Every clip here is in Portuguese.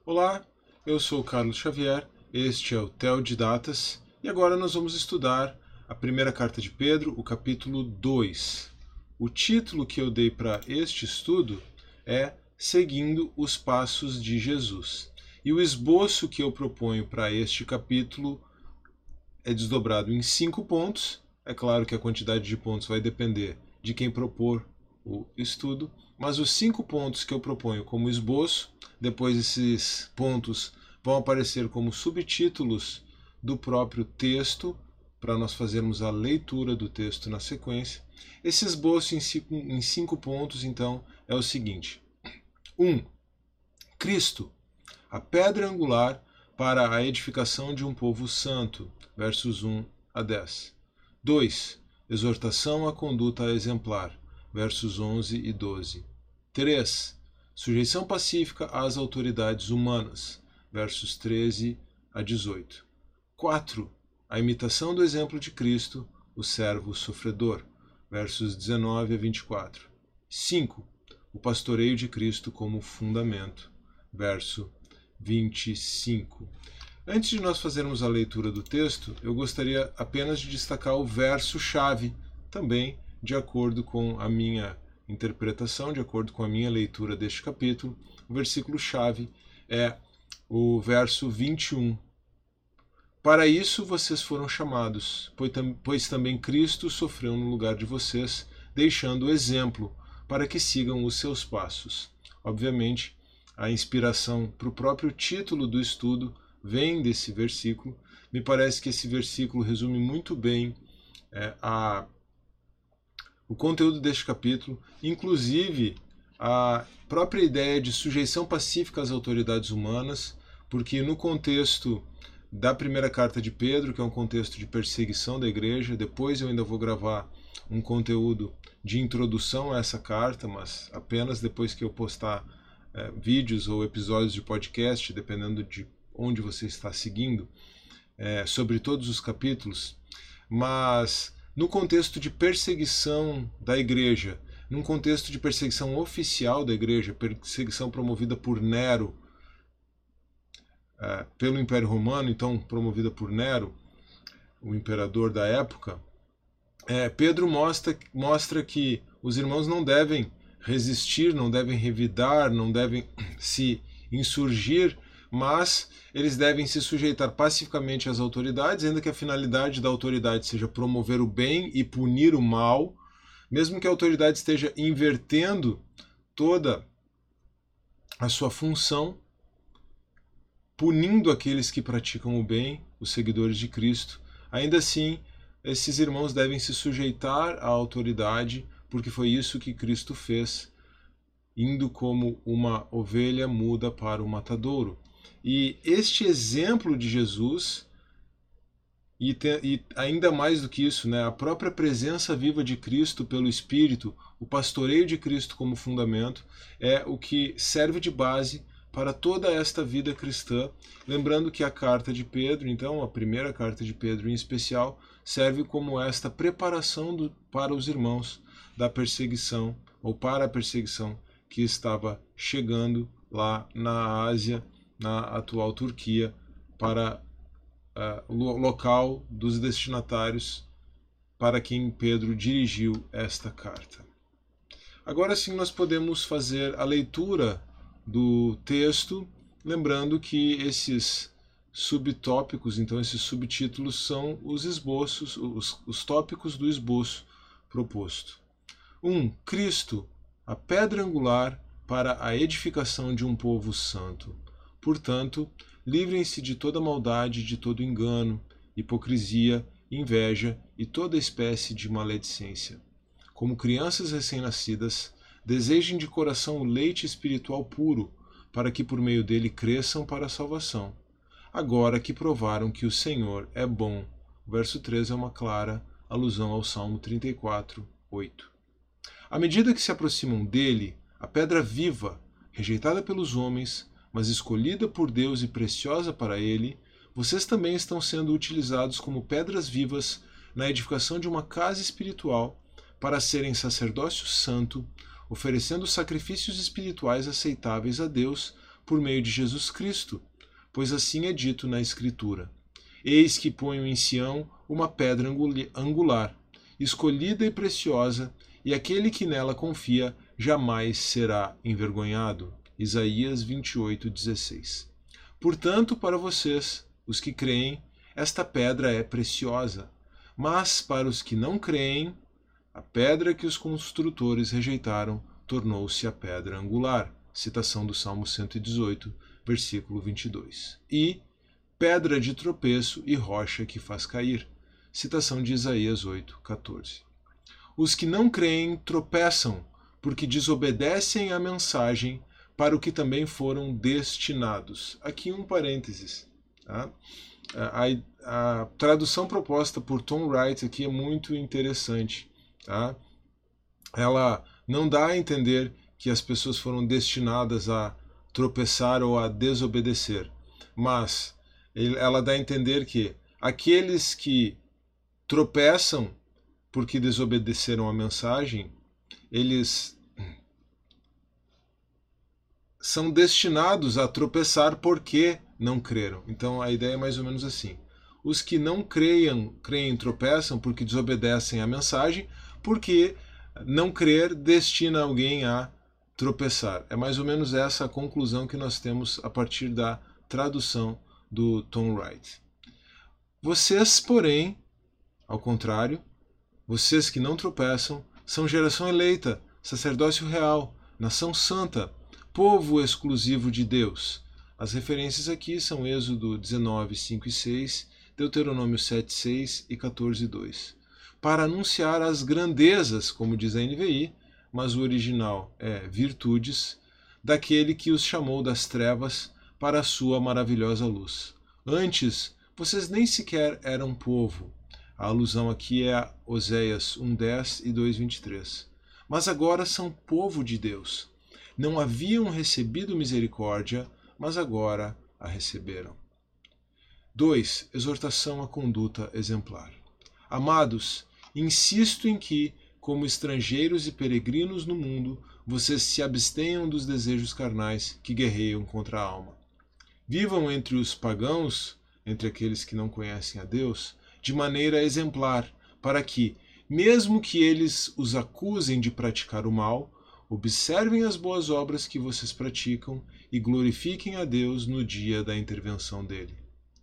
Olá, eu sou o Carlos Xavier, este é o Theo de Datas e agora nós vamos estudar a primeira carta de Pedro, o capítulo 2. O título que eu dei para este estudo é Seguindo os Passos de Jesus. E o esboço que eu proponho para este capítulo é desdobrado em 5 pontos. É claro que a quantidade de pontos vai depender de quem propor o estudo, mas os 5 pontos que eu proponho como esboço, depois esses pontos vão aparecer como subtítulos do próprio texto, para nós fazermos a leitura do texto na sequência. Esse esboço em 5 pontos, então, é o seguinte. 1. Cristo, a pedra angular para a edificação de um povo santo, versos 1 a 10. 2. Exortação à conduta exemplar, versos 11 e 12. 3. Sujeição pacífica às autoridades humanas, versos 13 a 18. 4. A imitação do exemplo de Cristo, o servo sofredor, versos 19 a 24. 5. O pastoreio de Cristo como fundamento, verso 25. Antes de nós fazermos a leitura do texto, eu gostaria apenas de destacar o verso-chave, também de acordo com a minha interpretação, de acordo com a minha leitura deste capítulo. O versículo-chave é o verso 21. Para isso vocês foram chamados, pois também Cristo sofreu no lugar de vocês, deixando o exemplo para que sigam os seus passos. Obviamente, a inspiração para o próprio título do estudo vem desse versículo. Me parece que esse versículo resume muito bem o conteúdo deste capítulo, inclusive a própria ideia de sujeição pacífica às autoridades humanas, porque no contexto da primeira carta de Pedro, que é um contexto de perseguição da igreja, depois eu ainda vou gravar um conteúdo de introdução a essa carta, mas apenas depois que eu postar vídeos ou episódios de podcast, dependendo de onde você está seguindo, sobre todos os capítulos. Mas no contexto de perseguição da igreja, num contexto de perseguição oficial da igreja, perseguição promovida por Nero, pelo Império Romano, então promovida por Nero, o imperador da época, Pedro mostra que os irmãos não devem resistir, não devem revidar, não devem se insurgir, mas eles devem se sujeitar pacificamente às autoridades, ainda que a finalidade da autoridade seja promover o bem e punir o mal, mesmo que a autoridade esteja invertendo toda a sua função, punindo aqueles que praticam o bem, os seguidores de Cristo. Ainda assim, esses irmãos devem se sujeitar à autoridade, porque foi isso que Cristo fez, indo como uma ovelha muda para o matadouro. E este exemplo de Jesus, e ainda mais do que isso, a própria presença viva de Cristo pelo Espírito, o pastoreio de Cristo como fundamento, é o que serve de base para toda esta vida cristã. Lembrando que a carta de Pedro, então, a primeira carta de Pedro em especial, serve como esta preparação para os irmãos da perseguição, ou para a perseguição que estava chegando lá na Ásia, na atual Turquia, para o local dos destinatários para quem Pedro dirigiu esta carta. Agora sim nós podemos fazer a leitura do texto, lembrando que esses subtópicos, então esses subtítulos são os esboços, os tópicos do esboço proposto. 1. Cristo, a pedra angular para a edificação de um povo santo. Portanto, livrem-se de toda maldade, de todo engano, hipocrisia, inveja e toda espécie de maledicência. Como crianças recém-nascidas, desejem de coração o leite espiritual puro, para que por meio dele cresçam para a salvação. Agora que provaram que o Senhor é bom. O verso 3 é uma clara alusão ao Salmo 34, 8. À medida que se aproximam dele, a pedra viva, rejeitada pelos homens, mas escolhida por Deus e preciosa para ele, vocês também estão sendo utilizados como pedras vivas na edificação de uma casa espiritual para serem sacerdócio santo, oferecendo sacrifícios espirituais aceitáveis a Deus por meio de Jesus Cristo, pois assim é dito na Escritura: Eis que ponho em Sião uma pedra angular, escolhida e preciosa, e aquele que nela confia jamais será envergonhado. Isaías 28:16. Portanto, para vocês, os que creem, esta pedra é preciosa, mas para os que não creem, a pedra que os construtores rejeitaram tornou-se a pedra angular. Citação do Salmo 118, versículo 22. E pedra de tropeço e rocha que faz cair. Citação de Isaías 8:14. Os que não creem tropeçam, porque desobedecem à mensagem para o que também foram destinados. Aqui um parênteses. Tá? A tradução proposta por Tom Wright aqui é muito interessante. Tá? Ela não dá a entender que as pessoas foram destinadas a tropeçar ou a desobedecer, mas ela dá a entender que aqueles que tropeçam porque desobedeceram a mensagem, eles são destinados a tropeçar porque não creram. Então a ideia é mais ou menos assim. Os que não creem tropeçam porque desobedecem a mensagem, porque não crer destina alguém a tropeçar. É mais ou menos essa a conclusão que nós temos a partir da tradução do Tom Wright. Vocês, porém, ao contrário, vocês que não tropeçam, são geração eleita, sacerdócio real, nação santa, povo exclusivo de Deus. As referências aqui são Êxodo 19, 5 e 6, Deuteronômio 7, 6 e 14, 2. Para anunciar as grandezas, como diz a NVI, mas o original é virtudes, daquele que os chamou das trevas para a sua maravilhosa luz. Antes, vocês nem sequer eram povo. A alusão aqui é a Oséias 1:10 e 2:23. Mas agora são povo de Deus. Não haviam recebido misericórdia, mas agora a receberam. 2. Exortação à conduta exemplar. Amados, insisto em que, como estrangeiros e peregrinos no mundo, vocês se abstenham dos desejos carnais que guerreiam contra a alma. Vivam entre os pagãos, entre aqueles que não conhecem a Deus, de maneira exemplar, para que, mesmo que eles os acusem de praticar o mal, observem as boas obras que vocês praticam e glorifiquem a Deus no dia da intervenção dele.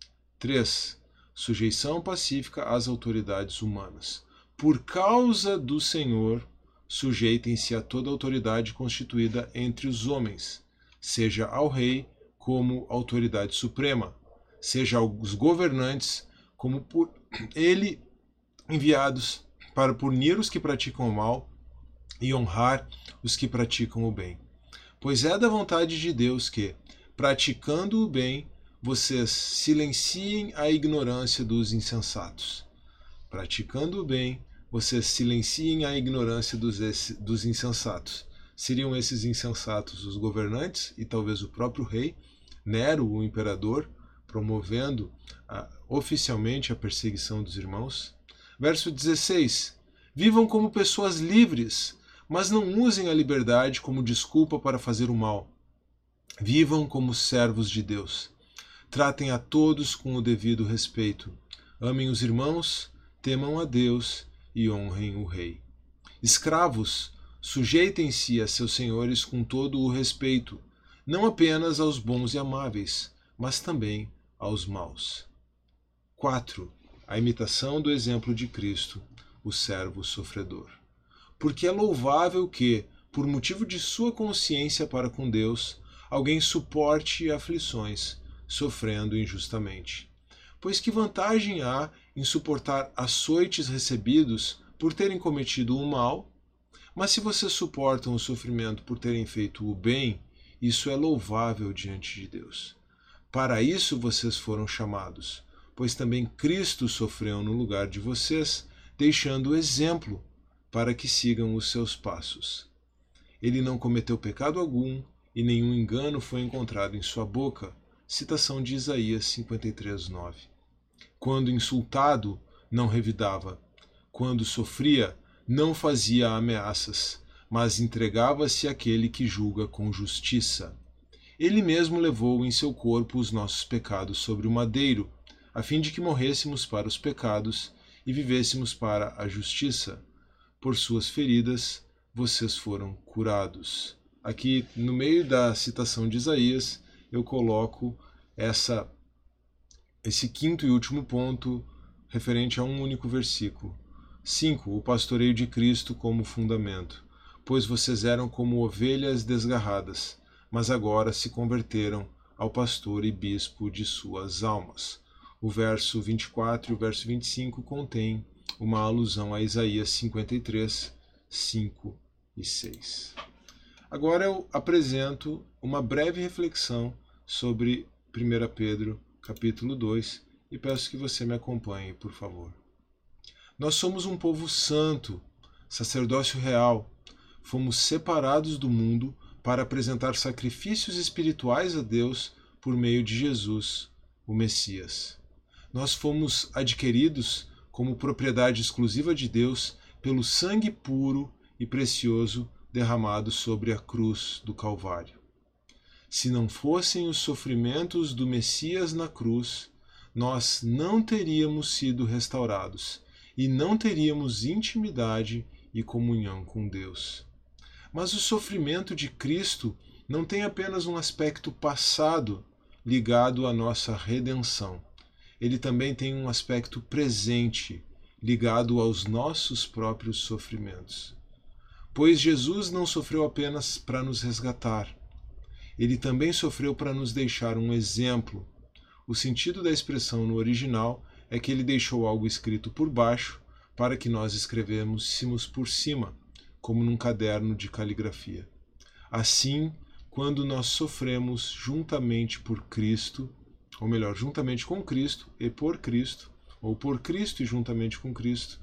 3. Sujeição pacífica às autoridades humanas. Por causa do Senhor, sujeitem-se a toda autoridade constituída entre os homens, seja ao rei como autoridade suprema, seja aos governantes como por ele enviados para punir os que praticam o mal e honrar os que praticam o bem. Pois é da vontade de Deus que, praticando o bem, vocês silenciem a ignorância dos insensatos. Praticando o bem, vocês silenciem a ignorância dos insensatos. Seriam esses insensatos os governantes e talvez o próprio rei, Nero, o imperador, promovendo oficialmente a perseguição dos irmãos. Verso 16. Vivam como pessoas livres, mas não usem a liberdade como desculpa para fazer o mal. Vivam como servos de Deus. Tratem a todos com o devido respeito. Amem os irmãos, temam a Deus e honrem o rei. Escravos, sujeitem-se a seus senhores com todo o respeito, não apenas aos bons e amáveis, mas também aos maus. 4. A imitação do exemplo de Cristo, o servo sofredor. Porque é louvável que, por motivo de sua consciência para com Deus, alguém suporte aflições, sofrendo injustamente. Pois que vantagem há em suportar açoites recebidos por terem cometido o mal? Mas se vocês suportam o sofrimento por terem feito o bem, isso é louvável diante de Deus. Para isso vocês foram chamados, pois também Cristo sofreu no lugar de vocês, deixando o exemplo para que sigam os seus passos. Ele não cometeu pecado algum e nenhum engano foi encontrado em sua boca. Citação de Isaías 53:9. Quando insultado, não revidava. Quando sofria, não fazia ameaças, mas entregava-se àquele que julga com justiça. ele mesmo levou em seu corpo os nossos pecados sobre o madeiro, a fim de que morrêssemos para os pecados e vivêssemos para a justiça. Por suas feridas, vocês foram curados. Aqui, no meio da citação de Isaías, eu coloco esse quinto e último ponto referente a um único versículo. 5. O pastoreio de Cristo como fundamento. Pois vocês eram como ovelhas desgarradas, mas agora se converteram ao pastor e bispo de suas almas. O verso 24 e o verso 25 contém uma alusão a Isaías 53, 5 e 6. Agora eu apresento uma breve reflexão sobre 1 Pedro, capítulo 2, e peço que você me acompanhe, por favor. Nós somos um povo santo, sacerdócio real. Fomos separados do mundo para apresentar sacrifícios espirituais a Deus por meio de Jesus, o Messias. Nós fomos adquiridos como propriedade exclusiva de Deus pelo sangue puro e precioso derramado sobre a cruz do Calvário. Se não fossem os sofrimentos do Messias na cruz, nós não teríamos sido restaurados e não teríamos intimidade e comunhão com Deus. Mas o sofrimento de Cristo não tem apenas um aspecto passado ligado à nossa redenção. Ele também tem um aspecto presente ligado aos nossos próprios sofrimentos. Pois Jesus não sofreu apenas para nos resgatar. Ele também sofreu para nos deixar um exemplo. O sentido da expressão no original é que ele deixou algo escrito por baixo para que nós escrevêssemos por cima, como num caderno de caligrafia. Assim, quando nós sofremos juntamente por Cristo, ou melhor, juntamente com Cristo e por Cristo, ou por Cristo e juntamente com Cristo,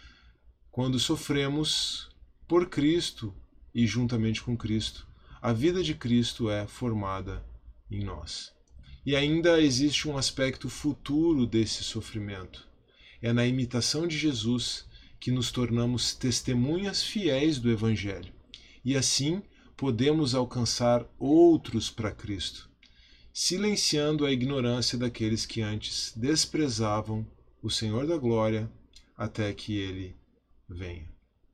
quando sofremos por Cristo e juntamente com Cristo, a vida de Cristo é formada em nós. E ainda existe um aspecto futuro desse sofrimento. É na imitação de Jesus que nos tornamos testemunhas fiéis do Evangelho. E assim podemos alcançar outros para Cristo, silenciando a ignorância daqueles que antes desprezavam o Senhor da Glória até que Ele venha.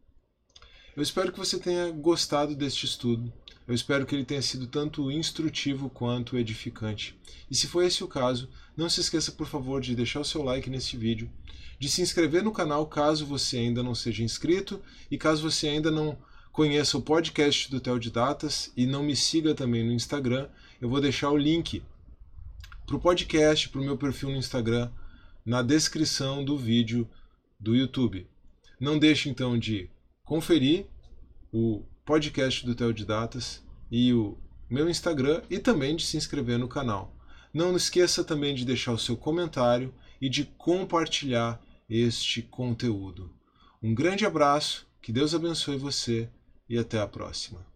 Eu espero que você tenha gostado deste estudo. Eu espero que ele tenha sido tanto instrutivo quanto edificante. E se for esse o caso, não se esqueça, por favor, de deixar o seu like neste vídeo, de se inscrever no canal caso você ainda não seja inscrito e caso você ainda não conheça o podcast do Theo de Datas e não me siga também no Instagram, eu vou deixar o link para o podcast, para o meu perfil no Instagram, na descrição do vídeo do YouTube. Não deixe então de conferir o podcast do Theo de Datas e o meu Instagram e também de se inscrever no canal. Não esqueça também de deixar o seu comentário e de compartilhar este conteúdo. Um grande abraço, que Deus abençoe você e até a próxima.